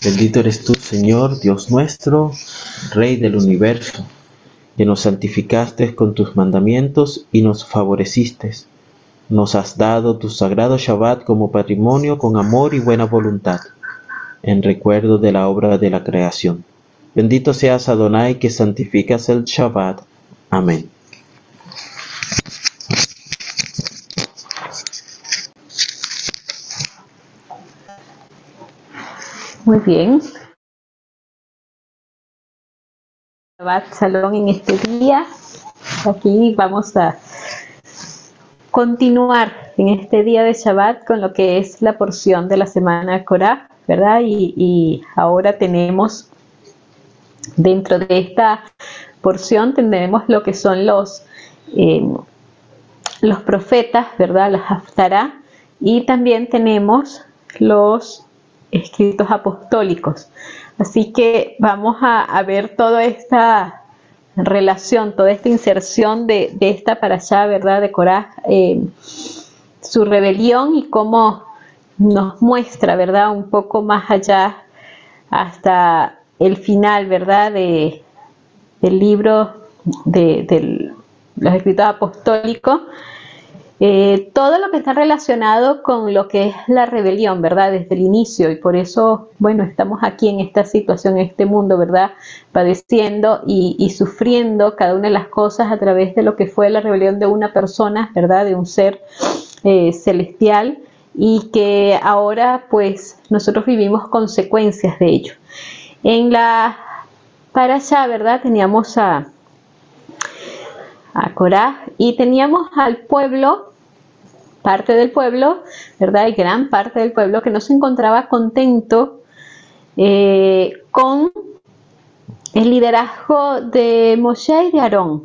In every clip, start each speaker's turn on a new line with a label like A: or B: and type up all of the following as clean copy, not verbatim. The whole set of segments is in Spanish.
A: Bendito eres tú, Señor, Dios nuestro, Rey del universo, que nos santificaste con tus mandamientos y nos favoreciste. Nos has dado tu sagrado Shabbat como patrimonio con amor y buena voluntad, en recuerdo de la obra de la creación. Bendito seas, Adonai, que santificas el Shabbat. Amén.
B: Muy bien. Shabbat Shalom en este día. Aquí vamos a continuar en este día de Shabbat con lo que es la porción de la semana Korah, ¿verdad? Y ahora tenemos, dentro de esta porción, tendremos lo que son los profetas, ¿verdad? Las Haftará, y también tenemos los escritos apostólicos. Así que vamos a ver toda esta relación, toda esta inserción de esta parashá, ¿verdad? De Korah, su rebelión y cómo nos muestra, ¿verdad? Un poco más allá hasta el final, ¿verdad? Del libro de los escritos apostólicos. Todo lo que está relacionado con lo que es la rebelión, ¿verdad? Desde el inicio, y por eso, bueno, estamos aquí en esta situación, en este mundo, ¿verdad? Padeciendo y sufriendo cada una de las cosas a través de lo que fue la rebelión de una persona, ¿verdad? De un ser celestial, y que ahora, pues, nosotros vivimos consecuencias de ello. En la parashá, ¿verdad? Teníamos a Korah, y teníamos al pueblo, parte del pueblo, ¿verdad? Y gran parte del pueblo que no se encontraba contento con el liderazgo de Moshe y de Aarón.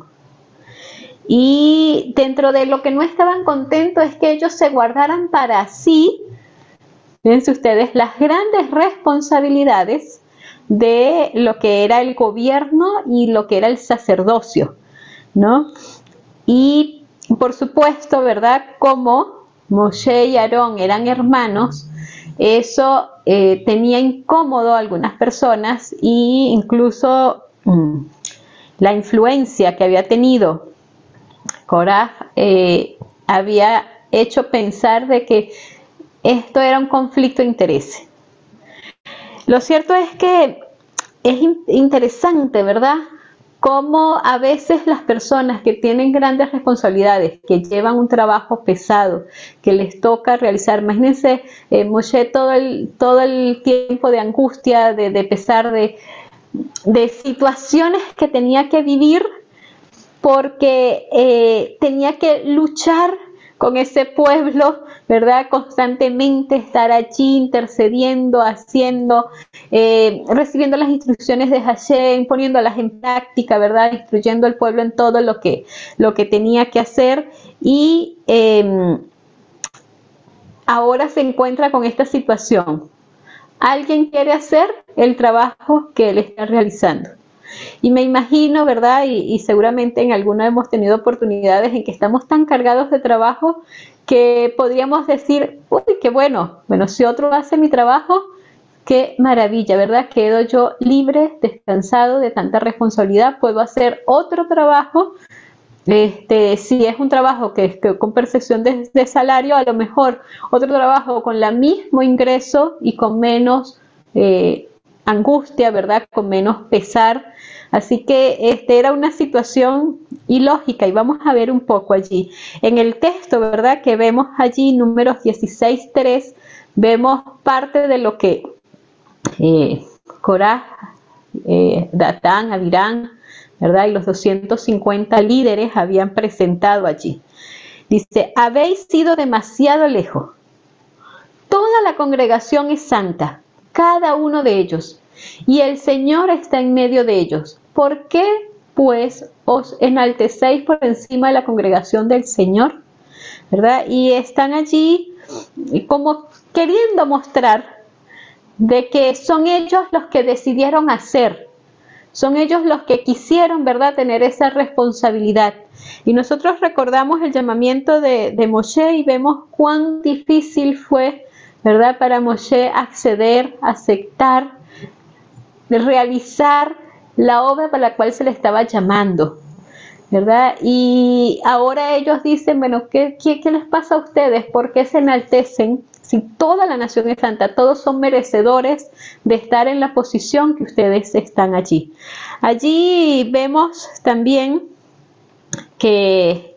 B: Y dentro de lo que no estaban contentos es que ellos se guardaran para sí, fíjense ustedes, las grandes responsabilidades de lo que era el gobierno y lo que era el sacerdocio, ¿no? Y por supuesto, ¿verdad? Como Moshe y Aarón eran hermanos, eso tenía incómodo a algunas personas, e incluso la influencia que había tenido Korah había hecho pensar de que esto era un conflicto de intereses. Lo cierto es que es interesante, ¿verdad? Cómo a veces las personas que tienen grandes responsabilidades, que llevan un trabajo pesado, que les toca realizar, imagínense, Moshe todo el tiempo de angustia, de pesar, de situaciones que tenía que vivir, porque tenía que luchar con ese pueblo, ¿verdad? Constantemente estar allí intercediendo, haciendo, recibiendo las instrucciones de Hashem, poniéndolas en práctica, ¿verdad? Instruyendo al pueblo en todo lo que tenía que hacer, y ahora se encuentra con esta situación. Alguien quiere hacer el trabajo que él está realizando. Y me imagino, ¿verdad? Y seguramente en alguno hemos tenido oportunidades en que estamos tan cargados de trabajo que podríamos decir, uy, qué bueno, si otro hace mi trabajo, qué maravilla, ¿verdad? Quedo yo libre, descansado de tanta responsabilidad, puedo hacer otro trabajo. Si es un trabajo que con percepción de salario, a lo mejor otro trabajo con el mismo ingreso y con menos angustia, ¿verdad? Con menos pesar. Así que era una situación ilógica, y vamos a ver un poco allí. En el texto, ¿verdad? Que vemos allí, Números 16:3, vemos parte de lo que Korah, Datán, Abirán, ¿verdad? Y los 250 líderes habían presentado allí. Dice, habéis sido demasiado lejos. Toda la congregación es santa, cada uno de ellos, y el Señor está en medio de ellos. ¿Por qué, pues, os enaltecéis por encima de la congregación del Señor? ¿Verdad? Y están allí como queriendo mostrar de que son ellos los que decidieron hacer, son ellos los que quisieron, ¿verdad?, tener esa responsabilidad. Y nosotros recordamos el llamamiento de Moshe y vemos cuán difícil fue, ¿verdad?, para Moshe acceder, aceptar realizar la obra para la cual se le estaba llamando, ¿verdad? Y ahora ellos dicen, bueno, ¿qué les pasa a ustedes? ¿Por qué se enaltecen? Si toda la nación es santa, todos son merecedores de estar en la posición que ustedes están allí. Allí vemos también que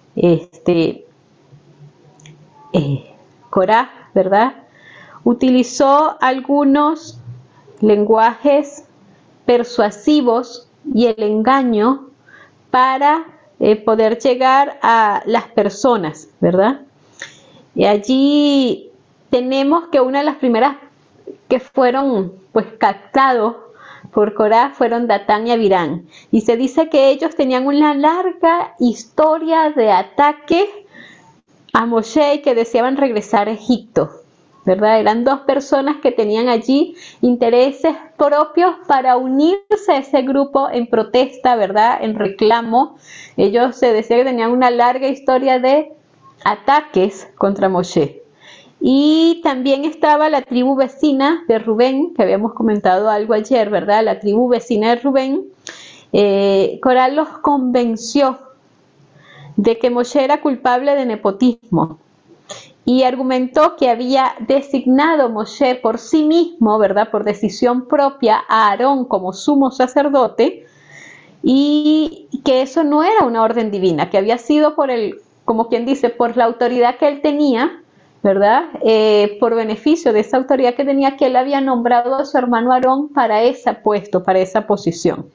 B: Corá, ¿verdad?, utilizó algunos lenguajes persuasivos y el engaño para poder llegar a las personas, ¿verdad? Y allí tenemos que una de las primeras que fueron pues captados por Corá fueron Datán y Abirán. Y se dice que ellos tenían una larga historia de ataque a Moshe y que deseaban regresar a Egipto, ¿verdad? Eran dos personas que tenían allí intereses propios para unirse a ese grupo en protesta, ¿verdad?, en reclamo. Ellos se decía que tenían una larga historia de ataques contra Moshe. Y también estaba la tribu vecina de Rubén, que habíamos comentado algo ayer, ¿verdad? La tribu vecina de Rubén. Corá los convenció de que Moshe era culpable de nepotismo y argumentó que había designado Moshe por sí mismo, ¿verdad?, por decisión propia, a Aarón como sumo sacerdote, y que eso no era una orden divina, que había sido por como quien dice, por la autoridad que él tenía, ¿verdad?, por beneficio de esa autoridad que tenía, que él había nombrado a su hermano Aarón para ese puesto, para esa posición.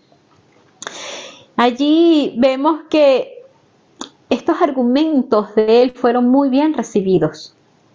B: Allí vemos que estos argumentos de él fueron muy bien recibidos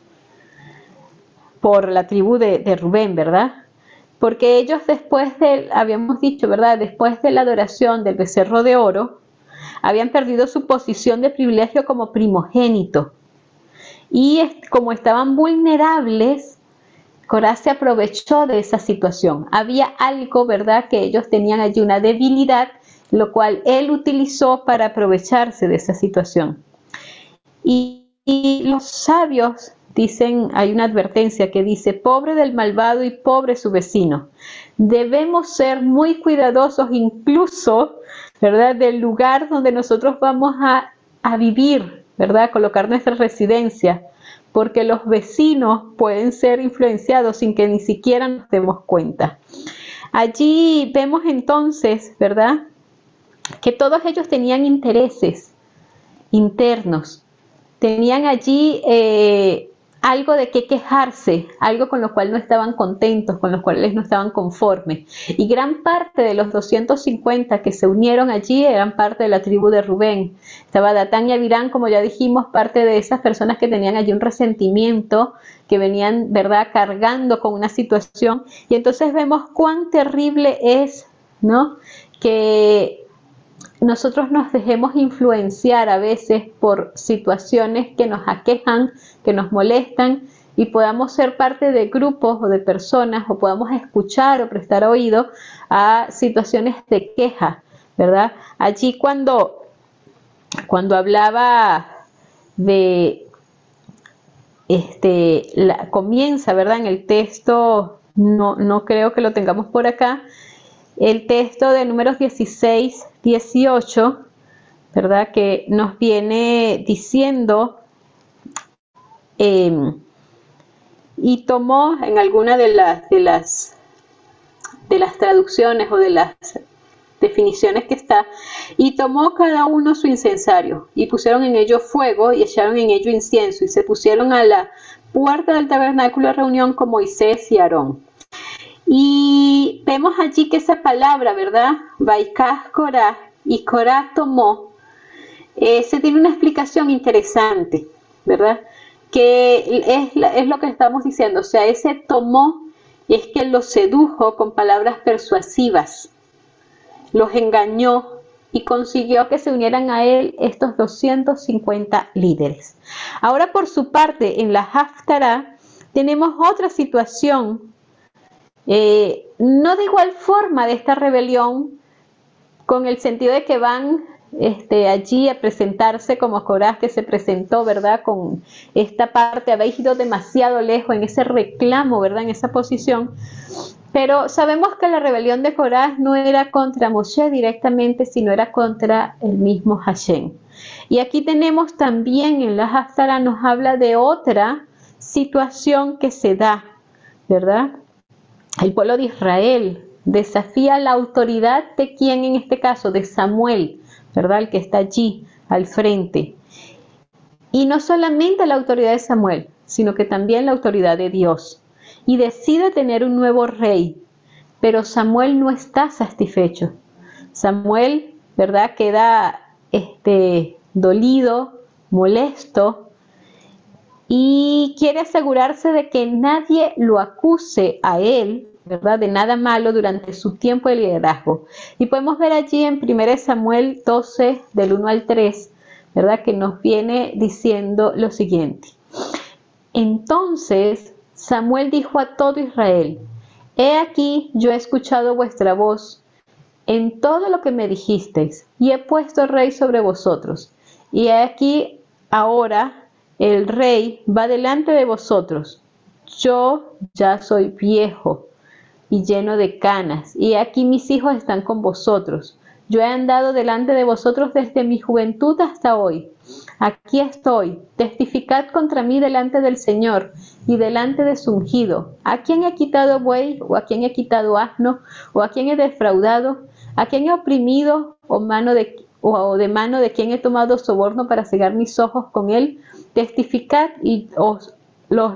B: por la tribu de Rubén, ¿verdad? Porque ellos habíamos dicho, ¿verdad?, después de la adoración del becerro de oro, habían perdido su posición de privilegio como primogénito. Y como estaban vulnerables, Corá se aprovechó de esa situación. Había algo, ¿verdad?, que ellos tenían allí, una debilidad, lo cual él utilizó para aprovecharse de esa situación. Y los sabios dicen, hay una advertencia que dice, pobre del malvado y pobre su vecino. Debemos ser muy cuidadosos incluso, ¿verdad?, del lugar donde nosotros vamos a vivir, ¿verdad?, colocar nuestra residencia, porque los vecinos pueden ser influenciados sin que ni siquiera nos demos cuenta. Allí vemos entonces, ¿verdad?, que todos ellos tenían intereses internos, tenían allí algo de qué quejarse, algo con lo cual no estaban contentos, con lo cual no estaban conformes. Y gran parte de los 250 que se unieron allí eran parte de la tribu de Rubén. Estaba Datán y Abirán, como ya dijimos, parte de esas personas que tenían allí un resentimiento, que venían, ¿verdad?, cargando con una situación. Y entonces vemos cuán terrible es, ¿no?, que nosotros nos dejemos influenciar a veces por situaciones que nos aquejan, que nos molestan, y podamos ser parte de grupos o de personas, o podamos escuchar o prestar oído a situaciones de queja, ¿verdad? Allí cuando hablaba de comienza, ¿verdad?, en el texto, no creo que lo tengamos por acá, el texto de Números 16, 18, ¿verdad?, que nos viene diciendo, y tomó en alguna de las traducciones o de las definiciones que está, y tomó cada uno su incensario, y pusieron en ello fuego, y echaron en ello incienso, y se pusieron a la puerta del tabernáculo de reunión con Moisés y Aarón. Y vemos allí que esa palabra, ¿verdad?, Vaikaj Corá, y Corá tomó, se tiene una explicación interesante, ¿verdad?, que es lo que estamos diciendo. O sea, ese tomó es que los sedujo con palabras persuasivas, los engañó y consiguió que se unieran a él estos 250 líderes. Ahora, por su parte, en la Haftará tenemos otra situación, no de igual forma de esta rebelión, con el sentido de que van allí a presentarse como Corá, que se presentó, ¿verdad?, con esta parte, habéis ido demasiado lejos en ese reclamo, ¿verdad?, en esa posición. Pero sabemos que la rebelión de Corá no era contra Moshe directamente, sino era contra el mismo Hashem. Y aquí tenemos también en la Haftará nos habla de otra situación que se da, ¿verdad? El pueblo de Israel desafía la autoridad de quién en este caso, de Samuel, ¿verdad? El que está allí al frente. Y no solamente la autoridad de Samuel, sino que también la autoridad de Dios. Y decide tener un nuevo rey, pero Samuel no está satisfecho. Samuel, ¿verdad? Queda dolido, molesto, y quiere asegurarse de que nadie lo acuse a él, ¿verdad?, de nada malo durante su tiempo de liderazgo. Y podemos ver allí en 1 Samuel 12, del 1 al 3, ¿verdad?, que nos viene diciendo lo siguiente. Entonces Samuel dijo a todo Israel: He aquí, yo he escuchado vuestra voz en todo lo que me dijisteis, y he puesto rey sobre vosotros. Y he aquí, ahora el rey va delante de vosotros. Yo ya soy viejo y lleno de canas, y aquí mis hijos están con vosotros. Yo he andado delante de vosotros desde mi juventud hasta hoy. Aquí estoy, testificad contra mí delante del Señor y delante de su ungido. ¿A quién he quitado buey, o a quién he quitado asno, o a quién he defraudado? ¿A quién he oprimido, o de mano de quién he tomado soborno para cegar mis ojos con él? Testificad y os los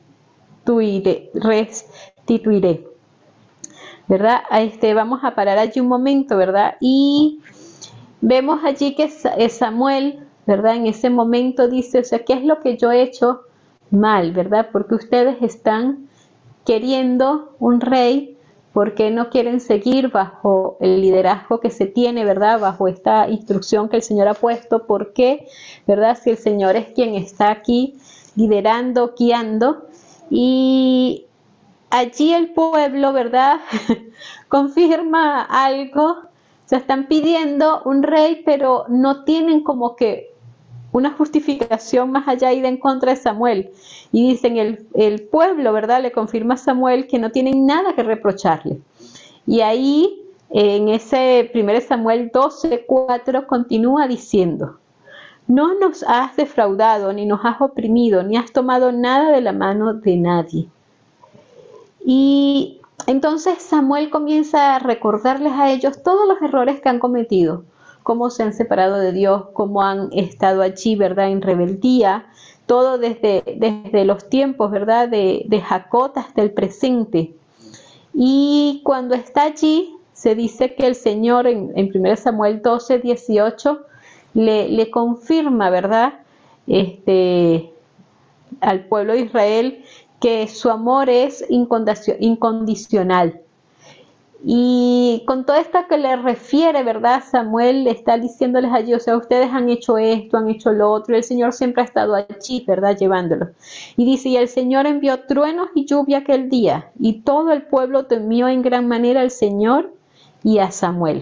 B: restituiré. ¿Verdad? Vamos a parar allí un momento, ¿verdad? Y vemos allí que Samuel, ¿verdad?, en ese momento dice, o sea, ¿qué es lo que yo he hecho mal, ¿verdad? Porque ustedes están queriendo un rey, porque no quieren seguir bajo el liderazgo que se tiene, ¿verdad?, bajo esta instrucción que el Señor ha puesto. ¿Por qué? ¿Verdad? Si el Señor es quien está aquí liderando, guiando. Y allí el pueblo, ¿verdad?, confirma algo. Se están pidiendo un rey, pero no tienen como que una justificación más allá y de en contra de Samuel. Y dicen, el pueblo, ¿verdad?, le confirma a Samuel que no tienen nada que reprocharle. Y ahí, en ese 1 Samuel 12:4, continúa diciendo: No nos has defraudado, ni nos has oprimido, ni has tomado nada de la mano de nadie. Y entonces Samuel comienza a recordarles a ellos todos los errores que han cometido, cómo se han separado de Dios, cómo han estado allí, ¿verdad?, en rebeldía, todo desde los tiempos, ¿verdad?, de Jacob hasta el presente. Y cuando está allí, se dice que el Señor en 1 Samuel 12:18 le confirma, ¿verdad?, al pueblo de Israel, que su amor es incondicional. Y con todo esto que le refiere, ¿verdad?, Samuel le está diciéndoles allí, o sea, ustedes han hecho esto, han hecho lo otro, y el Señor siempre ha estado allí, ¿verdad?, llevándolos. Y dice, y el Señor envió truenos y lluvia aquel día, y todo el pueblo temió en gran manera al Señor y a Samuel.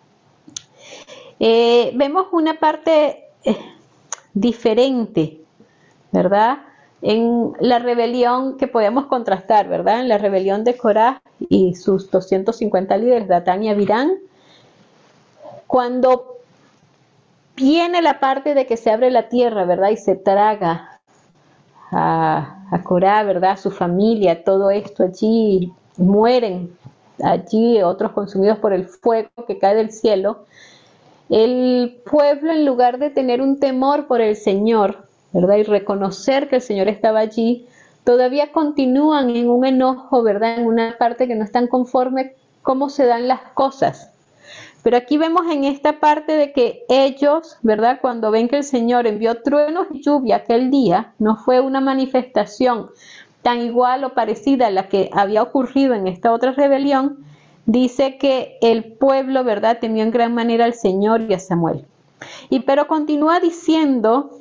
B: Vemos una parte diferente, ¿verdad?, en la rebelión que podemos contrastar, ¿verdad?, en la rebelión de Corá y sus 250 líderes, Datán y Abirán. Cuando viene la parte de que se abre la tierra, ¿verdad?, y se traga a Corá, ¿verdad?, a su familia, todo esto allí, mueren allí, otros consumidos por el fuego que cae del cielo. El pueblo, en lugar de tener un temor por el Señor, ¿verdad?, y reconocer que el Señor estaba allí, todavía continúan en un enojo, ¿verdad?, en una parte que no están conformes cómo se dan las cosas. Pero aquí vemos en esta parte de que ellos, ¿verdad?, cuando ven que el Señor envió truenos y lluvia aquel día, no fue una manifestación tan igual o parecida a la que había ocurrido en esta otra rebelión. Dice que el pueblo, ¿verdad?, temió en gran manera al Señor y a Samuel. Pero continúa diciendo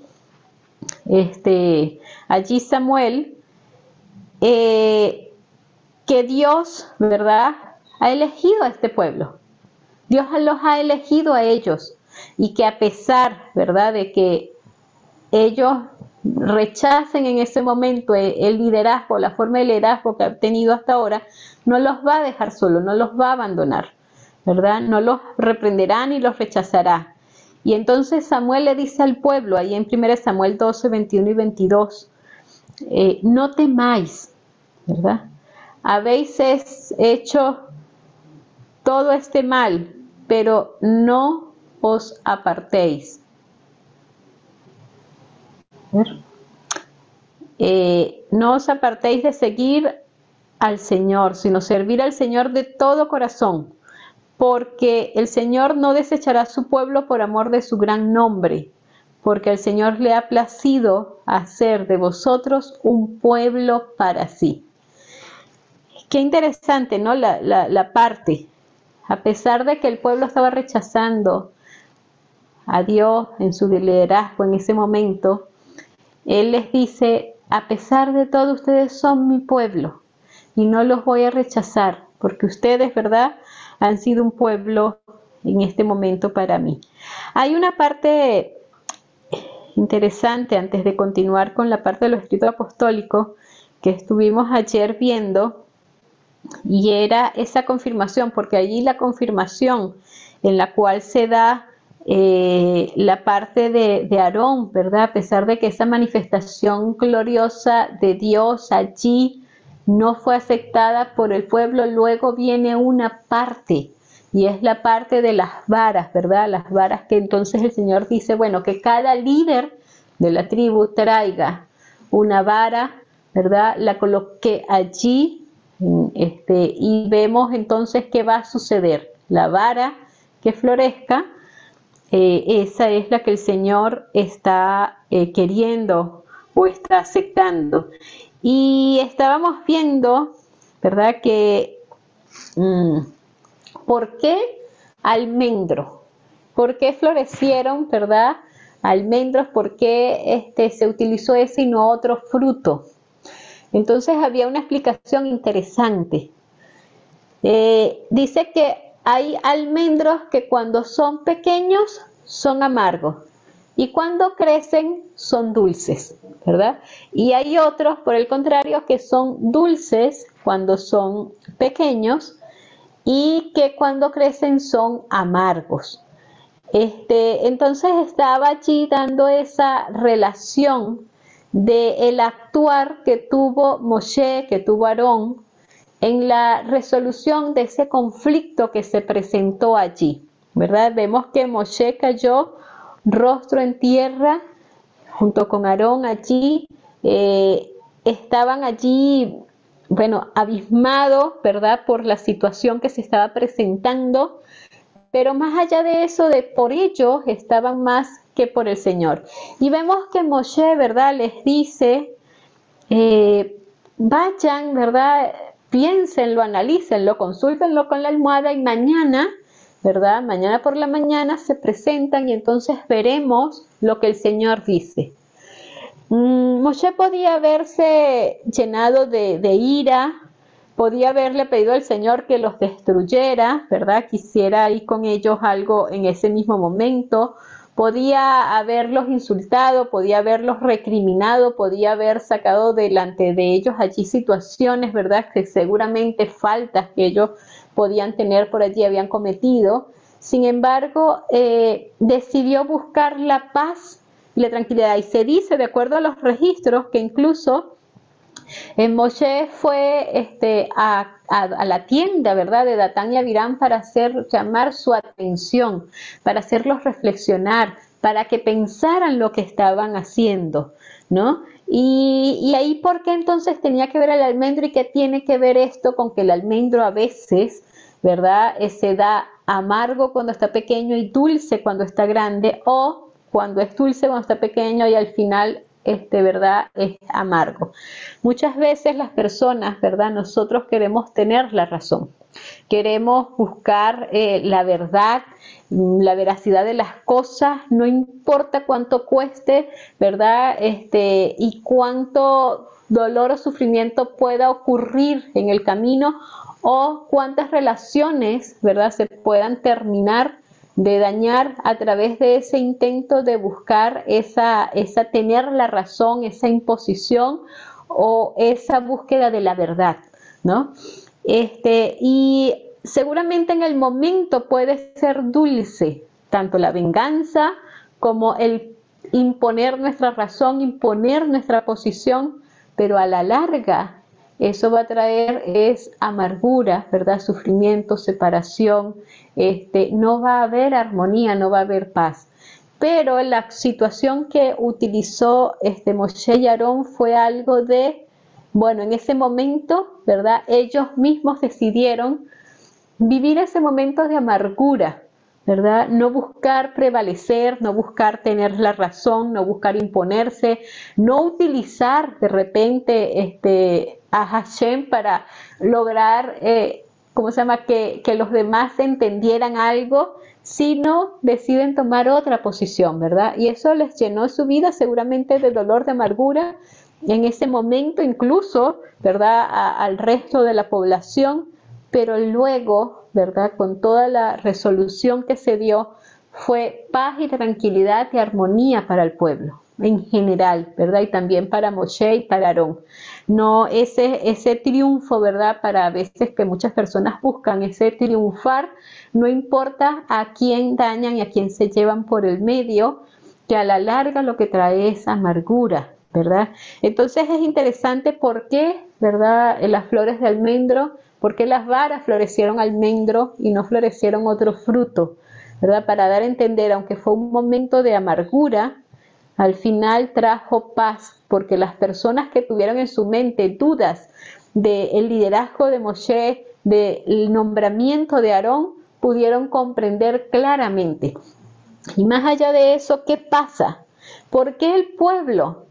B: allí Samuel, que Dios, ¿verdad?, ha elegido a este pueblo. Dios los ha elegido a ellos, y que a pesar, ¿verdad?, de que ellos rechacen en ese momento el liderazgo, la forma de liderazgo que ha tenido hasta ahora, no los va a dejar solo, no los va a abandonar, ¿verdad? No los reprenderá ni los rechazará. Y entonces Samuel le dice al pueblo, ahí en 1 Samuel 12, 21 y 22, no temáis, ¿verdad? Habéis hecho todo este mal, pero no os apartéis. No os apartéis de seguir al Señor, sino servir al Señor de todo corazón, porque el Señor no desechará a su pueblo por amor de su gran nombre, porque al Señor le ha placido hacer de vosotros un pueblo para sí. Qué interesante, ¿no? La parte. A pesar de que el pueblo estaba rechazando a Dios en su liderazgo en ese momento, Él les dice, a pesar de todo, ustedes son mi pueblo y no los voy a rechazar, porque ustedes, ¿verdad?, han sido un pueblo en este momento para mí. Hay una parte interesante antes de continuar con la parte de los escritos apostólicos que estuvimos ayer viendo, y era esa confirmación, porque allí la confirmación en la cual se da la parte de Aarón, ¿verdad? A pesar de que esa manifestación gloriosa de Dios allí no fue aceptada por el pueblo, luego viene una parte, y es la parte de las varas, ¿verdad? Las varas que entonces el Señor dice, bueno, que cada líder de la tribu traiga una vara, ¿verdad? La coloque allí, y vemos entonces qué va a suceder. La vara que florezca, esa es la que el Señor está queriendo o está aceptando. Y estábamos viendo, ¿verdad?, que ¿por qué almendro? ¿Por qué florecieron, verdad, almendros? ¿Por qué se utilizó ese y no otro fruto? Entonces había una explicación interesante. Dice que hay almendros que cuando son pequeños son amargos y cuando crecen son dulces, ¿verdad? Y hay otros, por el contrario, que son dulces cuando son pequeños y que cuando crecen son amargos. Entonces estaba allí dando esa relación del actuar que tuvo Moshe, que tuvo Aarón, en la resolución de ese conflicto que se presentó allí, ¿verdad? Vemos que Moshe cayó rostro en tierra junto con Aarón allí, estaban allí, bueno, abismados, ¿verdad?, por la situación que se estaba presentando, pero más allá de eso, por ellos estaban más que por el Señor. Y vemos que Moshe, ¿verdad?, les dice, vayan, ¿verdad?, piénsenlo, analícenlo, consúltenlo con la almohada y mañana, ¿verdad?, mañana por la mañana se presentan y entonces veremos lo que el Señor dice. Moshe podía haberse llenado de ira, podía haberle pedido al Señor que los destruyera, ¿verdad? Quisiera ir con ellos algo en ese mismo momento. Podía haberlos insultado, podía haberlos recriminado, podía haber sacado delante de ellos allí situaciones, ¿verdad?, que seguramente faltas que ellos podían tener por allí habían cometido. Sin embargo, decidió buscar la paz y la tranquilidad. Y se dice, de acuerdo a los registros, que incluso Moshe fue a la tienda, ¿verdad?, de Datán y Abiram para llamar su atención, para hacerlos reflexionar, para que pensaran lo que estaban haciendo, ¿no? Y ahí, ¿por qué entonces tenía que ver el almendro y qué tiene que ver esto con que el almendro a veces, ¿verdad?, se da amargo cuando está pequeño y dulce cuando está grande, o cuando es dulce cuando está pequeño y al final ¿verdad?, es amargo? Muchas veces las personas, ¿verdad?, nosotros queremos tener la razón, queremos buscar la verdad, la veracidad de las cosas, no importa cuánto cueste, ¿verdad?, y cuánto dolor o sufrimiento pueda ocurrir en el camino, o cuántas relaciones, ¿verdad?, se puedan terminar de dañar a través de ese intento de buscar esa tener la razón, esa imposición o esa búsqueda de la verdad, ¿no? Y seguramente en el momento puede ser dulce, tanto la venganza como el imponer nuestra razón, imponer nuestra posición, pero a la larga eso va a traer es amargura, ¿verdad? Sufrimiento, separación, no va a haber armonía, no va a haber paz. Pero la situación que utilizó Moshe y Aarón fue algo de, bueno, en ese momento, ¿verdad? Ellos mismos decidieron vivir ese momento de amargura, ¿verdad? No buscar prevalecer, no buscar tener la razón, no buscar imponerse, no utilizar de repente a Hashem para lograr, ¿cómo se llama?, que los demás entendieran algo, sino deciden tomar otra posición, ¿verdad? Y eso les llenó su vida seguramente de dolor, de amargura, en ese momento incluso, ¿verdad?, al resto de la población, pero luego, ¿verdad?, con toda la resolución que se dio, fue paz y tranquilidad y armonía para el pueblo en general, ¿verdad? Y también para Moshe y para Aarón. No ese triunfo, ¿verdad? Para a veces que muchas personas buscan ese triunfar, no importa a quién dañan y a quién se llevan por el medio, que a la larga lo que trae es amargura, ¿verdad? Entonces es interesante por qué, ¿verdad?, las flores de almendro, por qué las varas florecieron almendro y no florecieron otro fruto, ¿verdad? Para dar a entender, aunque fue un momento de amargura, al final trajo paz, porque las personas que tuvieron en su mente dudas del liderazgo de Moshe, del nombramiento de Aarón, pudieron comprender claramente. Y más allá de eso, ¿qué pasa? ¿Por qué el pueblo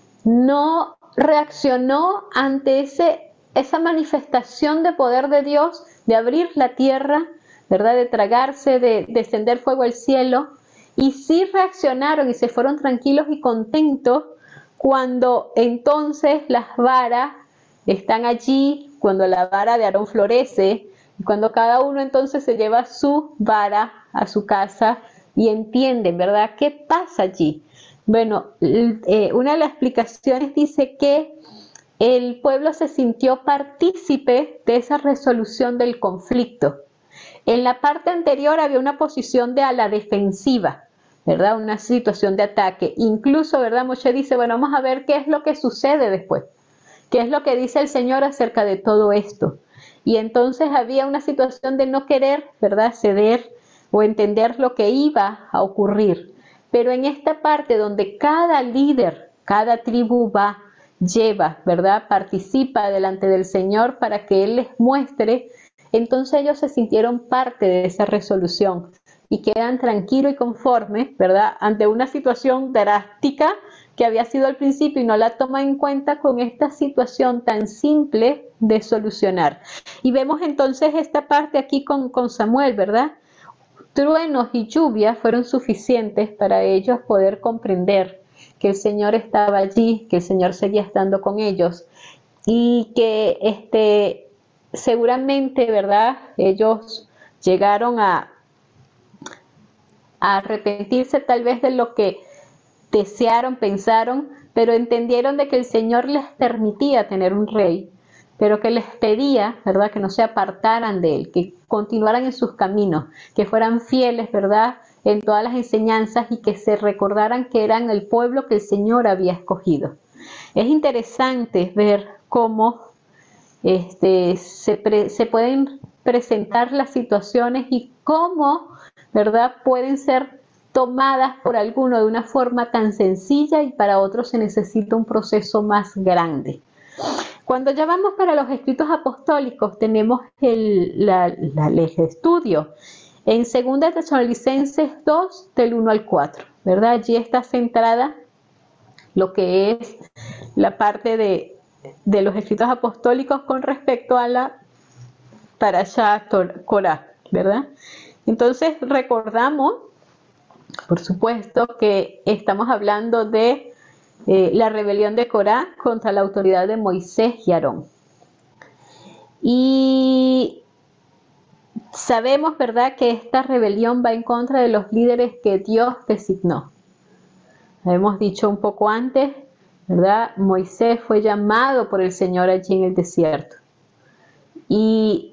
B: no reaccionó ante esa manifestación de poder de Dios, de abrir la tierra, ¿verdad?, de tragarse, de descender fuego al cielo? Y sí reaccionaron y se fueron tranquilos y contentos cuando entonces las varas están allí, cuando la vara de Aarón florece, y cuando cada uno entonces se lleva su vara a su casa y entienden, ¿verdad?, ¿qué pasa allí? Bueno, una de las explicaciones dice que el pueblo se sintió partícipe de esa resolución del conflicto. En la parte anterior había una posición a la defensiva, ¿verdad? Una situación de ataque. Incluso, ¿verdad? Moshe dice, bueno, vamos a ver qué es lo que sucede después. ¿Qué es lo que dice el Señor acerca de todo esto? Y entonces había una situación de no querer, ¿verdad?, ceder o entender lo que iba a ocurrir. Pero en esta parte donde cada líder, cada tribu va, lleva, ¿verdad?, participa delante del Señor para que Él les muestre, entonces ellos se sintieron parte de esa resolución y quedan tranquilos y conformes, ¿verdad?, ante una situación drástica que había sido al principio y no la toma en cuenta con esta situación tan simple de solucionar. Y vemos entonces esta parte aquí con Samuel, ¿verdad? Truenos y lluvias fueron suficientes para ellos poder comprender que el Señor estaba allí, que el Señor seguía estando con ellos y que seguramente, ¿verdad?, ellos llegaron a arrepentirse tal vez de lo que desearon, pensaron, pero entendieron de que el Señor les permitía tener un rey, pero que les pedía, ¿verdad?, que no se apartaran de él, que continuaran en sus caminos, que fueran fieles, ¿verdad?, en todas las enseñanzas y que se recordaran que eran el pueblo que el Señor había escogido. Es interesante ver cómo se pueden presentar las situaciones y cómo, ¿verdad?, pueden ser tomadas por alguno de una forma tan sencilla y para otros se necesita un proceso más grande. Cuando ya vamos para los escritos apostólicos, tenemos el estudio en 2 Tesalonicenses 2, del 1 al 4, ¿verdad? Allí está centrada lo que es la parte de los escritos apostólicos con respecto a la Parashá Korah, ¿verdad? Entonces recordamos, por supuesto, que estamos hablando de la rebelión de Corá contra la autoridad de Moisés y Aarón. Y sabemos, ¿verdad?, que esta rebelión va en contra de los líderes que Dios designó. Hemos dicho un poco antes, ¿verdad? Moisés fue llamado por el Señor allí en el desierto. Y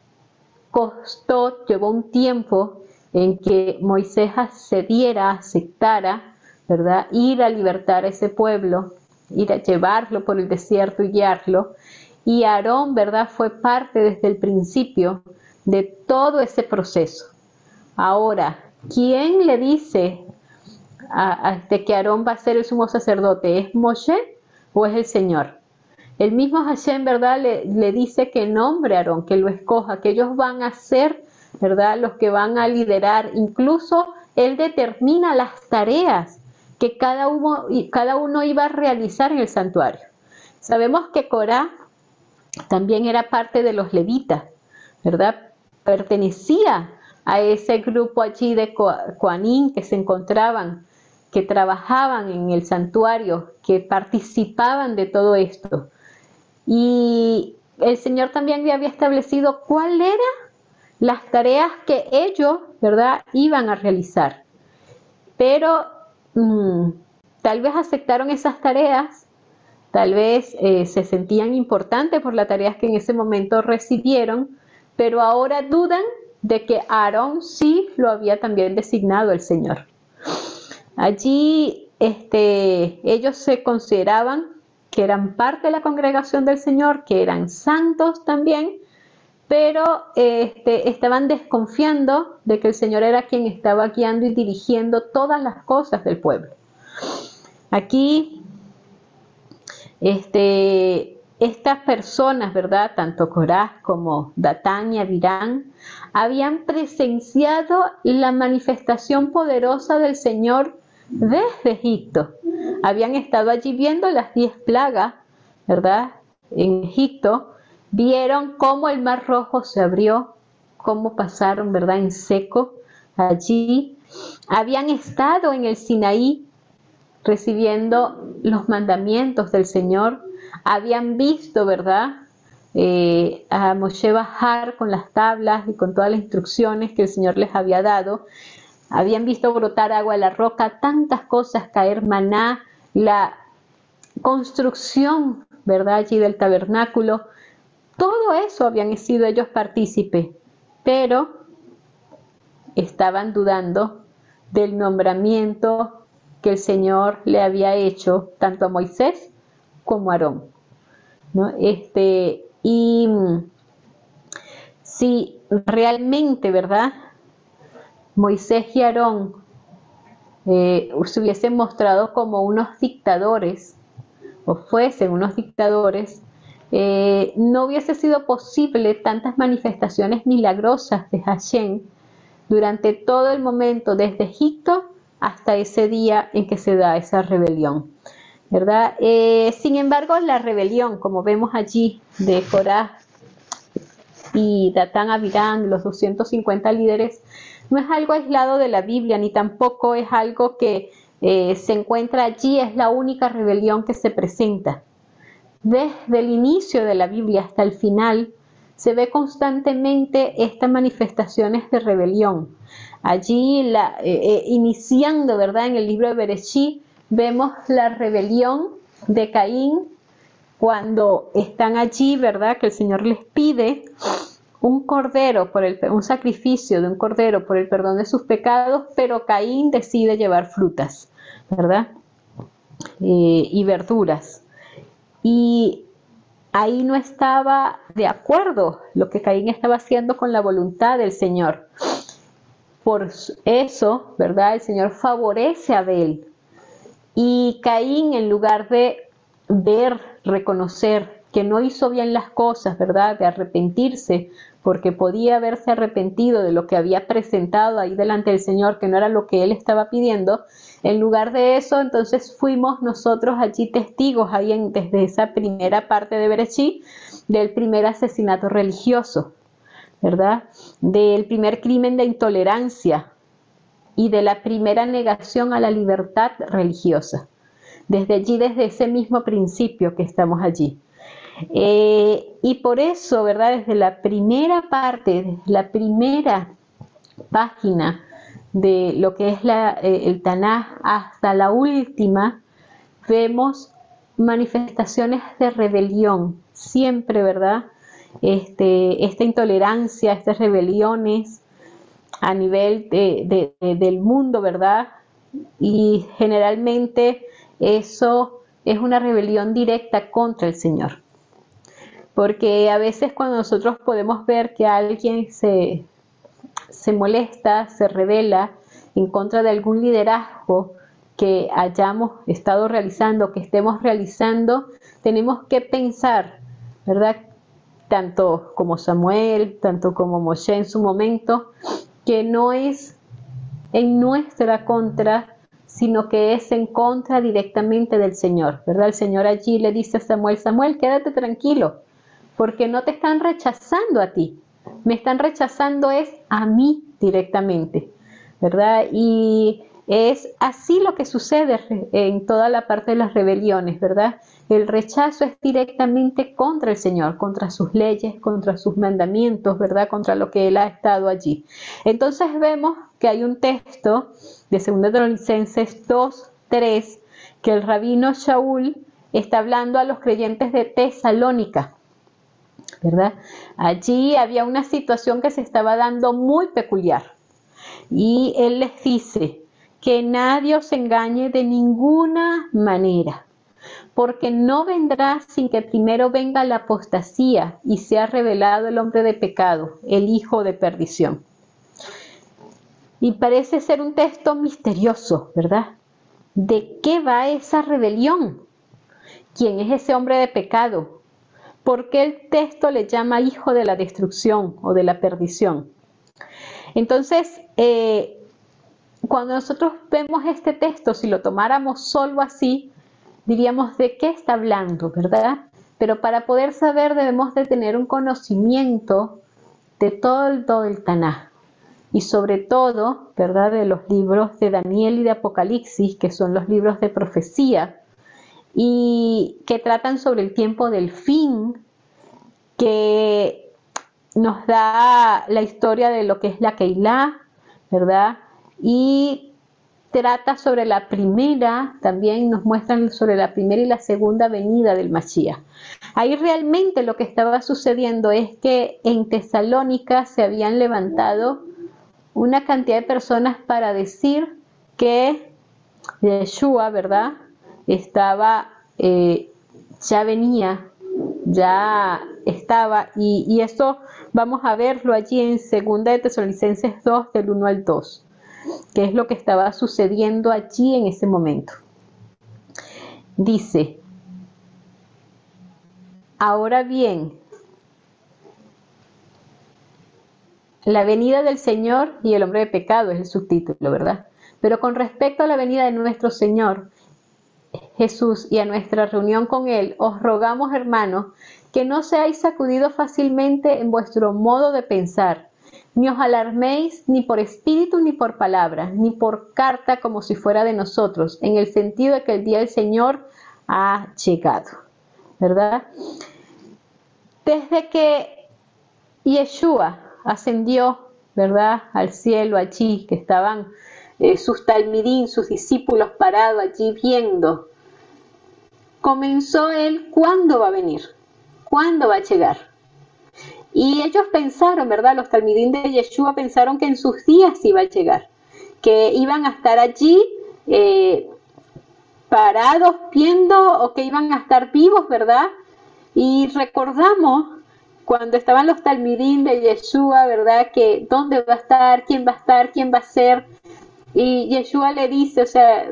B: llevó un tiempo en que Moisés accediera, aceptara, ¿verdad?, ir a libertar a ese pueblo, ir a llevarlo por el desierto y guiarlo. Y Aarón, ¿verdad?, fue parte desde el principio de todo ese proceso. Ahora, ¿quién le dice que Aarón va a ser el sumo sacerdote? ¿Es Moshe o es el Señor? El mismo Hashem, ¿verdad?, le dice que nombre a Aarón, que lo escoja, que ellos van a ser, ¿verdad?, los que van a liderar. Incluso él determina las tareas que cada uno iba a realizar en el santuario. Sabemos que Corá también era parte de los levitas, ¿verdad? Pertenecía a ese grupo allí de Coanín que se encontraban, que trabajaban en el santuario, que participaban de todo esto. Y el Señor también había establecido cuáles eran las tareas que ellos, ¿verdad?, iban a realizar. Pero tal vez aceptaron esas tareas, tal vez se sentían importantes por las tareas que en ese momento recibieron, pero ahora dudan de que Aarón sí lo había también designado el Señor. Allí ellos se consideraban que eran parte de la congregación del Señor, que eran santos también, pero estaban desconfiando de que el Señor era quien estaba guiando y dirigiendo todas las cosas del pueblo. Aquí, estas personas, ¿verdad?, tanto Corá como Datán y Abirán, habían presenciado la manifestación poderosa del Señor desde Egipto. Habían estado allí viendo las 10 plagas, ¿verdad?, en Egipto. Vieron cómo el Mar Rojo se abrió, cómo pasaron, ¿verdad?, en seco allí. Habían estado en el Sinaí recibiendo los mandamientos del Señor. Habían visto, ¿verdad?, a Moshe bajar con las tablas y con todas las instrucciones que el Señor les había dado. Habían visto brotar agua de la roca, tantas cosas, caer maná, la construcción, ¿verdad?, allí del tabernáculo. Todo eso habían sido ellos partícipes, pero estaban dudando del nombramiento que el Señor le había hecho tanto a Moisés como a Aarón, ¿no? Y si realmente, ¿verdad?, Moisés y Aarón se hubiesen mostrado como unos dictadores, o fuesen unos dictadores, no hubiese sido posible tantas manifestaciones milagrosas de Hashem durante todo el momento, desde Egipto hasta ese día en que se da esa rebelión, ¿verdad? Sin embargo, la rebelión, como vemos allí, de Corá y Datán Abirán, los 250 líderes, no es algo aislado de la Biblia, ni tampoco es algo que se encuentra allí, es la única rebelión que se presenta. Desde el inicio de la Biblia hasta el final, se ve constantemente estas manifestaciones de rebelión. Allí, iniciando, ¿verdad?, en el libro de Bereshit, vemos la rebelión de Caín, cuando están allí, ¿verdad?, que el Señor les pide un cordero, un sacrificio de un cordero por el perdón de sus pecados, pero Caín decide llevar frutas, ¿verdad?, y verduras. Y ahí no estaba de acuerdo lo que Caín estaba haciendo con la voluntad del Señor. Por eso, ¿verdad?, el Señor favorece a Abel. Y Caín, en lugar de reconocer que no hizo bien las cosas, ¿verdad?, de arrepentirse, porque podía haberse arrepentido de lo que había presentado ahí delante del Señor, que no era lo que él estaba pidiendo, en lugar de eso, entonces fuimos nosotros allí testigos, desde esa primera parte de Bereshit, del primer asesinato religioso, ¿verdad?, del primer crimen de intolerancia y de la primera negación a la libertad religiosa. Desde allí, desde ese mismo principio que estamos allí. Y por eso, ¿verdad? Desde la primera parte, desde la primera página de lo que es el Tanaj hasta la última, vemos manifestaciones de rebelión, siempre, ¿verdad? Esta intolerancia, estas rebeliones a nivel del mundo, ¿verdad? Y generalmente eso es una rebelión directa contra el Señor. Porque a veces cuando nosotros podemos ver que alguien se molesta, se rebela en contra de algún liderazgo que hayamos estado realizando, que estemos realizando, tenemos que pensar, ¿verdad? Tanto como Samuel, tanto como Moshe en su momento, que no es en nuestra contra, sino que es en contra directamente del Señor, ¿verdad? El Señor allí le dice a Samuel, Samuel, quédate tranquilo, porque no te están rechazando a ti, me están rechazando es a mí directamente, ¿verdad? Y es así lo que sucede en toda la parte de las rebeliones, ¿verdad? El rechazo es directamente contra el Señor, contra sus leyes, contra sus mandamientos, ¿verdad? Contra lo que Él ha estado allí. Entonces vemos que hay un texto de 2 Tesalonicenses 2:3 que el rabino Shaul está hablando a los creyentes de Tesalónica, ¿verdad? Allí había una situación que se estaba dando muy peculiar y él les dice que nadie os engañe de ninguna manera, porque no vendrá sin que primero venga la apostasía y sea revelado el hombre de pecado, el hijo de perdición. Y parece ser un texto misterioso, ¿verdad? ¿De qué va esa rebelión? ¿Quién es ese hombre de pecado? ¿Por qué el texto le llama hijo de la destrucción o de la perdición? Entonces, cuando nosotros vemos este texto, si lo tomáramos solo así, diríamos de qué está hablando, ¿verdad? Pero para poder saber debemos de tener un conocimiento de todo el Tanaj y sobre todo, ¿verdad? De los libros de Daniel y de Apocalipsis, que son los libros de profecía y que tratan sobre el tiempo del fin, que nos da la historia de lo que es la Keilah, ¿verdad? Y trata sobre la primera, también nos muestran sobre la primera y la segunda venida del Mashiach. Ahí realmente lo que estaba sucediendo es que en Tesalónica se habían levantado una cantidad de personas para decir que Yeshua, ¿verdad? Estaba, ya venía, ya estaba, y esto vamos a verlo allí en 2 Tesalonicenses 2, del 1 al 2, que es lo que estaba sucediendo allí en ese momento. Dice, ahora bien, la venida del Señor y el hombre de pecado es el subtítulo, ¿verdad? Pero con respecto a la venida de nuestro Señor Jesús y a nuestra reunión con Él, os rogamos, hermanos, que no seáis sacudidos fácilmente en vuestro modo de pensar, ni os alarméis ni por espíritu ni por palabra, ni por carta como si fuera de nosotros, en el sentido de que el día del Señor ha llegado, ¿verdad? Desde que Yeshua ascendió, ¿verdad?, al cielo allí, que estaban sus talmidín, sus discípulos parados allí viendo, comenzó él, ¿cuándo va a venir? ¿Cuándo va a llegar? Y ellos pensaron, ¿verdad? Los talmidín de Yeshua pensaron que en sus días iba a llegar, que iban a estar allí parados viendo o que iban a estar vivos, ¿verdad? Y recordamos cuando estaban los talmidín de Yeshua, ¿verdad? Que dónde va a estar, quién va a estar, quién va a ser. Y Yeshua le dice, o sea,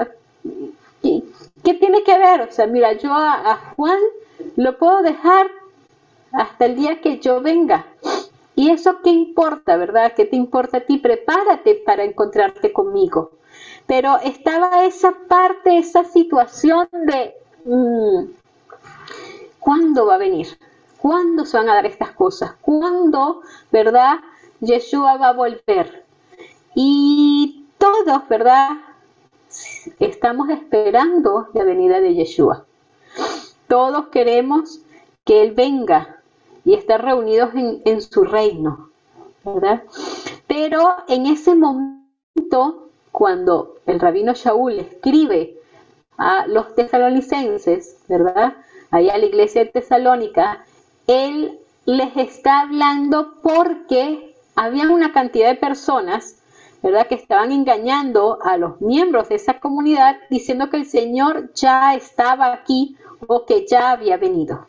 B: ¿qué tiene que ver? O sea, mira, yo a Juan lo puedo dejar hasta el día que yo venga. ¿Y eso qué importa, verdad? ¿Qué te importa a ti? Prepárate para encontrarte conmigo. Pero estaba esa parte, esa situación de ¿cuándo va a venir? ¿Cuándo se van a dar estas cosas? ¿Cuándo, verdad, Yeshua va a volver? Y todos, ¿verdad?, estamos esperando la venida de Yeshua. Todos queremos que Él venga y estar reunidos en su reino, ¿verdad? Pero en ese momento, cuando el rabino Shaul escribe a los tesalonicenses, ¿verdad? Ahí a la iglesia de Tesalónica, él les está hablando porque había una cantidad de personas, ¿verdad?, que estaban engañando a los miembros de esa comunidad diciendo que el Señor ya estaba aquí o que ya había venido.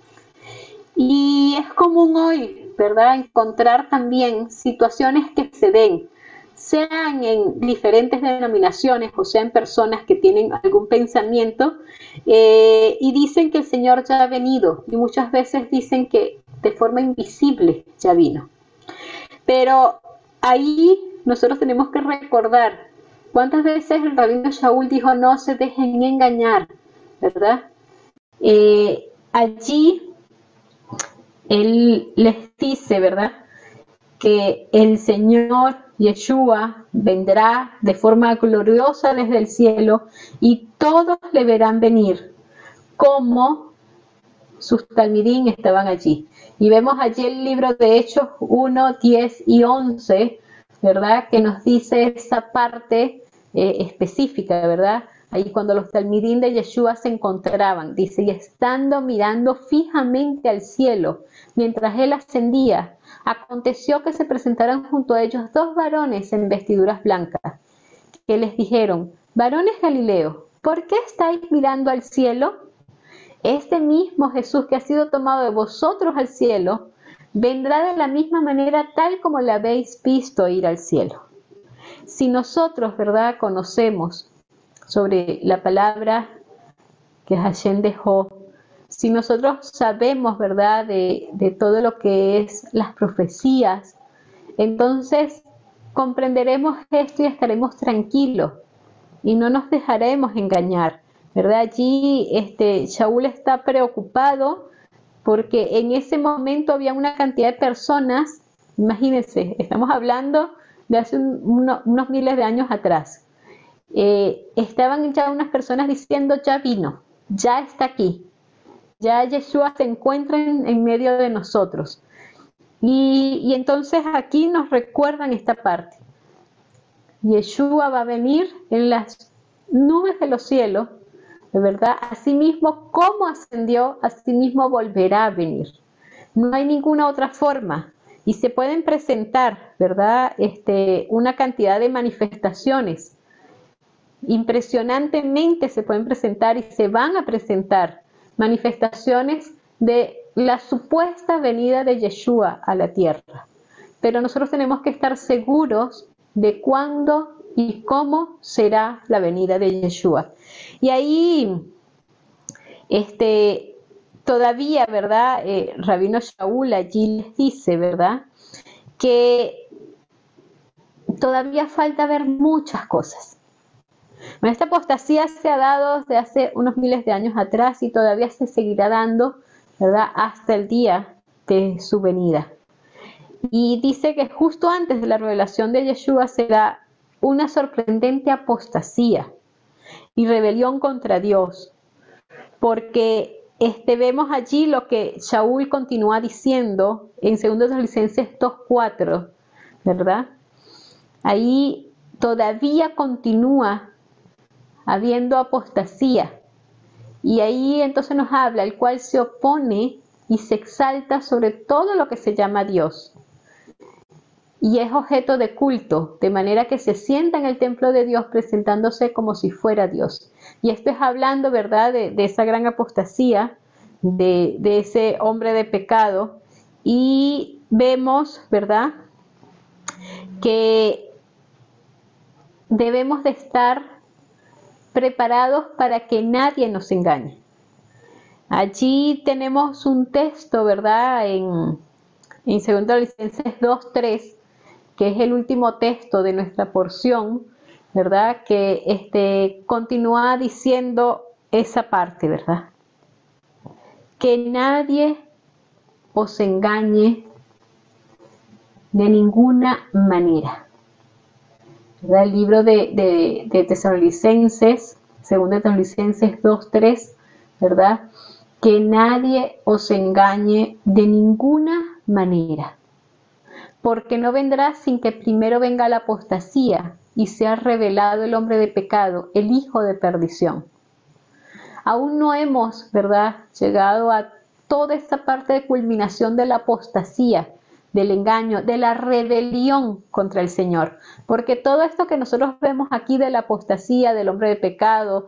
B: Y es común hoy, ¿verdad?, encontrar también situaciones que se den, sean en diferentes denominaciones o sean personas que tienen algún pensamiento y dicen que el Señor ya ha venido, y muchas veces dicen que de forma invisible ya vino. Pero ahí nosotros tenemos que recordar cuántas veces el rabino Shaul dijo: no se dejen engañar, ¿verdad? Allí él les dice, ¿verdad?, que el Señor Yeshua vendrá de forma gloriosa desde el cielo y todos le verán venir, como sus talmidín estaban allí. Y vemos allí el libro de Hechos 1, 10 y 11, ¿verdad?, que nos dice esa parte específica, ¿verdad? Ahí cuando los talmidín de Yeshua se encontraban, dice: y estando mirando fijamente al cielo, mientras él ascendía, aconteció que se presentaron junto a ellos dos varones en vestiduras blancas, que les dijeron: varones Galileos, ¿por qué estáis mirando al cielo? Este mismo Jesús que ha sido tomado de vosotros al cielo, vendrá de la misma manera tal como le habéis visto ir al cielo. Si nosotros, ¿verdad?, conocemos sobre la palabra que Hashem dejó, si nosotros sabemos, ¿verdad?, de todo lo que es las profecías, entonces comprenderemos esto y estaremos tranquilos y no nos dejaremos engañar, ¿verdad? Allí Shaul está preocupado porque en ese momento había una cantidad de personas, imagínense, estamos hablando de hace unos miles de años atrás, estaban ya unas personas diciendo: ya vino, ya está aquí, ya Yeshua se encuentra en medio de nosotros. Y entonces aquí nos recuerdan esta parte: Yeshua va a venir en las nubes de los cielos, de verdad, asimismo como ascendió, asimismo volverá a venir. No hay ninguna otra forma. Y se pueden presentar, ¿verdad?, una cantidad de manifestaciones. Impresionantemente se pueden presentar y se van a presentar manifestaciones de la supuesta venida de Yeshua a la tierra. Pero nosotros tenemos que estar seguros de cuándo y cómo será la venida de Yeshua. Y ahí, todavía, ¿verdad?, Rabino Shaul allí les dice, ¿verdad?, que todavía falta ver muchas cosas. Bueno, esta apostasía se ha dado desde hace unos miles de años atrás y todavía se seguirá dando, ¿verdad?, hasta el día de su venida. Y dice que justo antes de la revelación de Yeshua será una sorprendente apostasía y rebelión contra Dios, porque vemos allí lo que Shaul continúa diciendo en 2 Tesalonicenses 2:4, ¿verdad? Ahí todavía continúa habiendo apostasía, y ahí entonces nos habla: el cual se opone y se exalta sobre todo lo que se llama Dios, y es objeto de culto, de manera que se sienta en el templo de Dios presentándose como si fuera Dios. Y esto es hablando, ¿verdad?, de esa gran apostasía, de ese hombre de pecado. Y vemos, ¿verdad?, que debemos de estar preparados para que nadie nos engañe. Allí tenemos un texto, ¿verdad?, en 2 Tesalonicenses 2:3, que es el último texto de nuestra porción, ¿verdad?, que continúa diciendo esa parte, ¿verdad? Que nadie os engañe de ninguna manera. ¿Verdad? El libro de Tesalonicenses, 2 Tesalonicenses 2:3, ¿verdad?, que nadie os engañe de ninguna manera, porque no vendrá sin que primero venga la apostasía y sea revelado el hombre de pecado, el hijo de perdición. Aún no hemos, ¿verdad?, llegado a toda esta parte de culminación de la apostasía, del engaño, de la rebelión contra el Señor. Porque todo esto que nosotros vemos aquí de la apostasía, del hombre de pecado,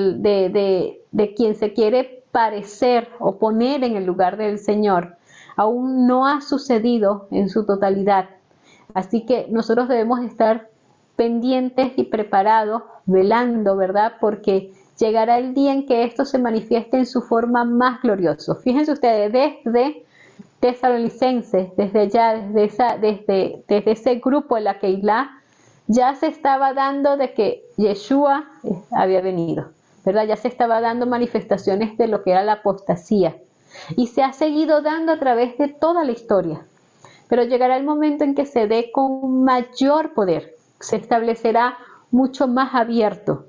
B: de quien se quiere parecer o poner en el lugar del Señor, aún no ha sucedido en su totalidad. Así que nosotros debemos estar pendientes y preparados, velando, ¿verdad? Porque llegará el día en que esto se manifieste en su forma más gloriosa. Fíjense ustedes, desde Tesalonicenses, desde allá, desde ese grupo de la Keilah, ya se estaba dando de que Yeshua había venido, ¿verdad? Ya se estaba dando manifestaciones de lo que era la apostasía. Y se ha seguido dando a través de toda la historia. Pero llegará el momento en que se dé con mayor poder, se establecerá mucho más abierto.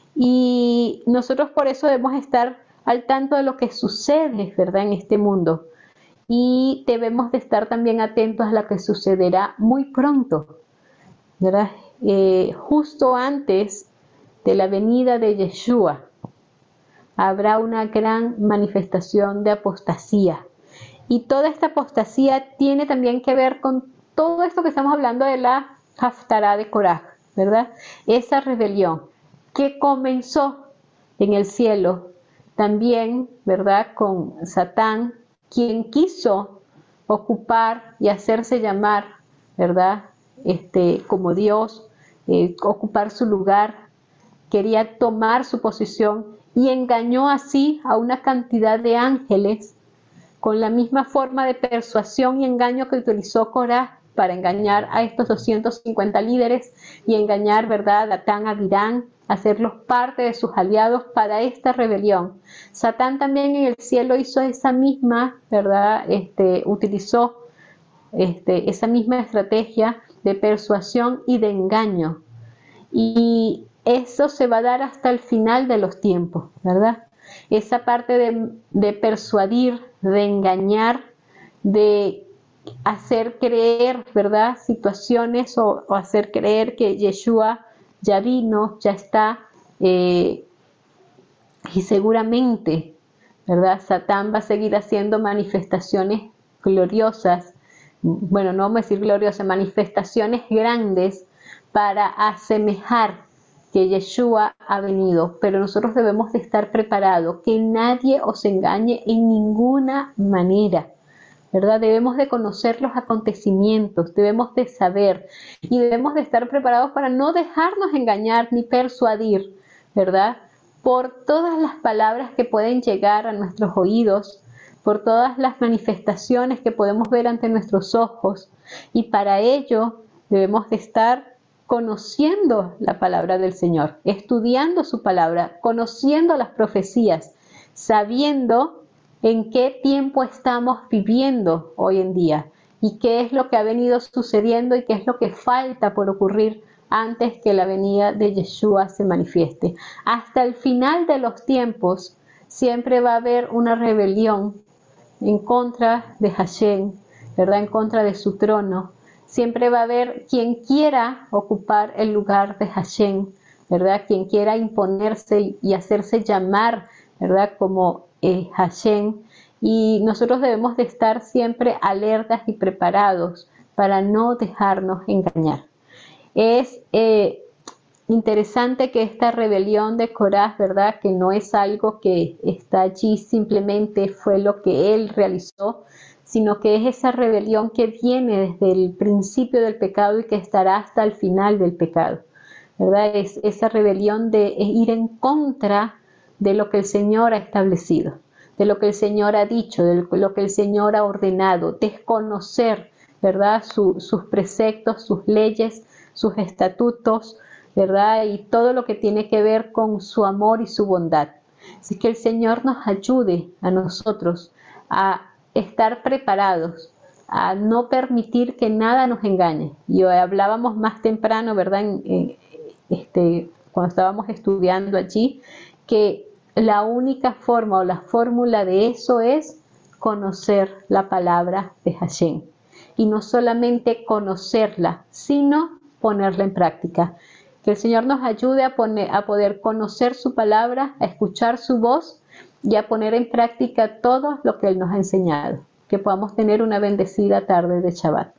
B: Y nosotros por eso debemos estar al tanto de lo que sucede, ¿verdad?, en este mundo. Y debemos de estar también atentos a lo que sucederá muy pronto, ¿verdad? Justo antes de la venida de Yeshua, habrá una gran manifestación de apostasía. Y toda esta apostasía tiene también que ver con todo esto que estamos hablando de la Haftará de Korah, ¿verdad? Esa rebelión que comenzó en el cielo, también, ¿verdad?, con Satán, quien quiso ocupar y hacerse llamar, ¿verdad?, como Dios, ocupar su lugar, quería tomar su posición y engañó así a una cantidad de ángeles con la misma forma de persuasión y engaño que utilizó Corá para engañar a estos 250 líderes y engañar, ¿verdad?, a Datán, a Abirán, hacerlos parte de sus aliados para esta rebelión. Satán también en el cielo hizo esa misma, ¿verdad?, utilizó esa misma estrategia de persuasión y de engaño. Y eso se va a dar hasta el final de los tiempos, ¿verdad? Esa parte de persuadir, de engañar, de hacer creer, ¿verdad?, situaciones o hacer creer que Yeshua ya vino, ya está, y seguramente, ¿verdad?, Satán va a seguir haciendo manifestaciones gloriosas, bueno, no vamos a decir gloriosas, manifestaciones grandes para asemejar que Yeshua ha venido, pero nosotros debemos de estar preparados, que nadie os engañe en ninguna manera, ¿verdad? Debemos de conocer los acontecimientos, debemos de saber y debemos de estar preparados para no dejarnos engañar ni persuadir, ¿verdad?, por todas las palabras que pueden llegar a nuestros oídos, por todas las manifestaciones que podemos ver ante nuestros ojos, y para ello debemos de estar conociendo la palabra del Señor, estudiando su palabra, conociendo las profecías, sabiendo en qué tiempo estamos viviendo hoy en día y qué es lo que ha venido sucediendo y qué es lo que falta por ocurrir antes que la venida de Yeshua se manifieste. Hasta el final de los tiempos siempre va a haber una rebelión en contra de Hashem, ¿verdad?, en contra de su trono. Siempre va a haber quien quiera ocupar el lugar de Hashem, ¿verdad?, quien quiera imponerse y hacerse llamar, ¿verdad?, como Hashem. Y nosotros debemos de estar siempre alertas y preparados para no dejarnos engañar. Es interesante que esta rebelión de Corá, ¿verdad?, que no es algo que está allí, simplemente fue lo que él realizó, sino que es esa rebelión que viene desde el principio del pecado y que estará hasta el final del pecado, ¿verdad? Es esa rebelión de ir en contra de lo que el Señor ha establecido, de lo que el Señor ha dicho, de lo que el Señor ha ordenado, desconocer, ¿verdad?, sus preceptos, sus leyes, sus estatutos, ¿verdad?, y todo lo que tiene que ver con su amor y su bondad. Así que el Señor nos ayude a nosotros a estar preparados, a no permitir que nada nos engañe. Y hablábamos más temprano, ¿verdad?, cuando estábamos estudiando allí, que la única forma o la fórmula de eso es conocer la palabra de Hashem. Y no solamente conocerla, sino ponerla en práctica. Que el Señor nos ayude a poder conocer su palabra, a escuchar su voz y a poner en práctica todo lo que Él nos ha enseñado. Que podamos tener una bendecida tarde de Shabbat.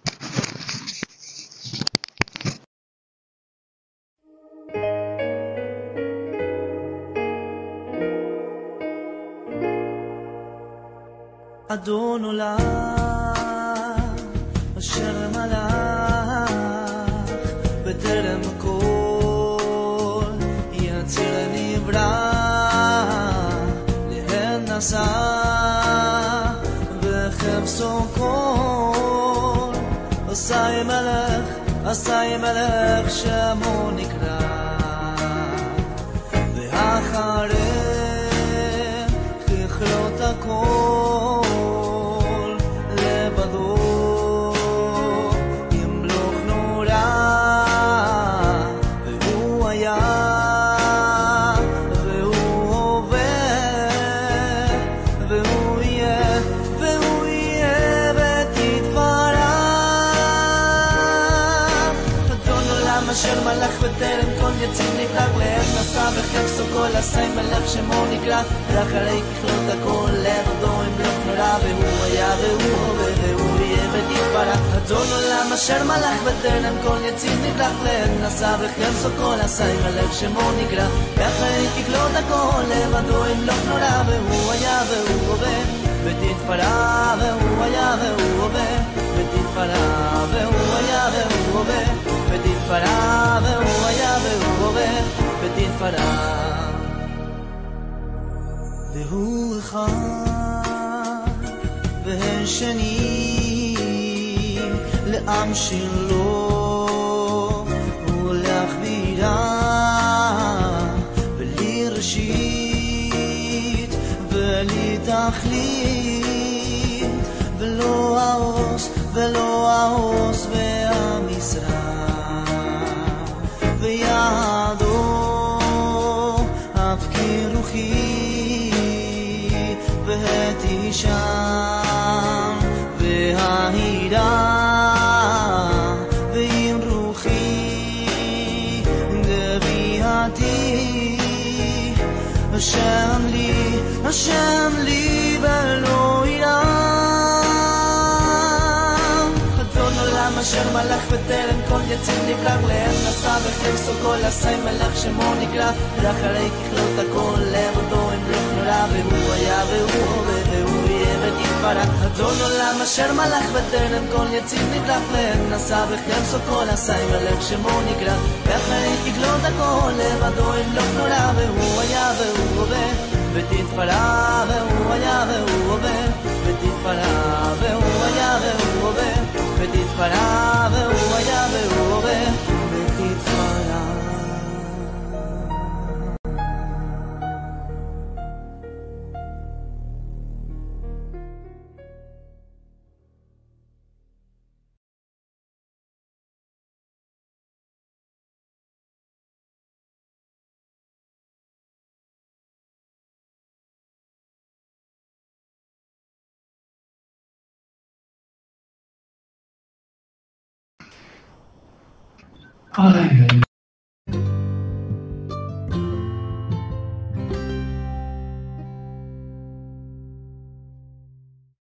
C: אדון עולם אשר מלך בטרם הכל יצר נברא להן נשא וחפשו כל עשי מלך שמו נקרא ואחרי ככלות הכל אשר מלך בטרם כל יציב נקרא לעת נשא וחפשו כל עשי מלך שמו נקרא ואחרי ככלות הכל לבדו ימלוך נורא והוא היה והוא הווה והוא יהיה ותתפרע אדון עולם אשר מלך בטרם כל יציב נקרא לעת נשא וחפשו כל עשי מלך שמו נקרא ואחרי ככלות הכל לבדו ימלוך נורא והוא היה והוא הווה ותתפרע והוא היה והוא הווה ותתפרע והוא היה והוא הווה ותתפרע והוא היה והוא הווה ותתפרע והוא אחד והשני לעם שלו ולהכבירה ולי ראשית ולי תכלית ולא העוס והמשרה ויעדו אבקי רוחי והתישם וההירה ועם רוחי גביעתי השם לי ולא ירם אדון עולם אשר מלך בטרם כל יציב נקרא לעת נשא וחפשו כל עשי מלך שמו נקרא ואחרי ככלות הכל לבדו ימלוך נורא והוא היה והוא הווה והוא יהיה ותתפרע אדון עולם אשר מלך בטרם כל יציב נקרא לעת נשא וחפשו כל עשי מלך שמו נקרא ואחרי ככלות הכל לבדו ימלוך נורא והוא היה והוא הווה ותתפרע והוא היה והוא הווה ותתפרע והוא היה והוא הווה ותתפרע והוא היה והוא הווה ותתפרע
D: Ay,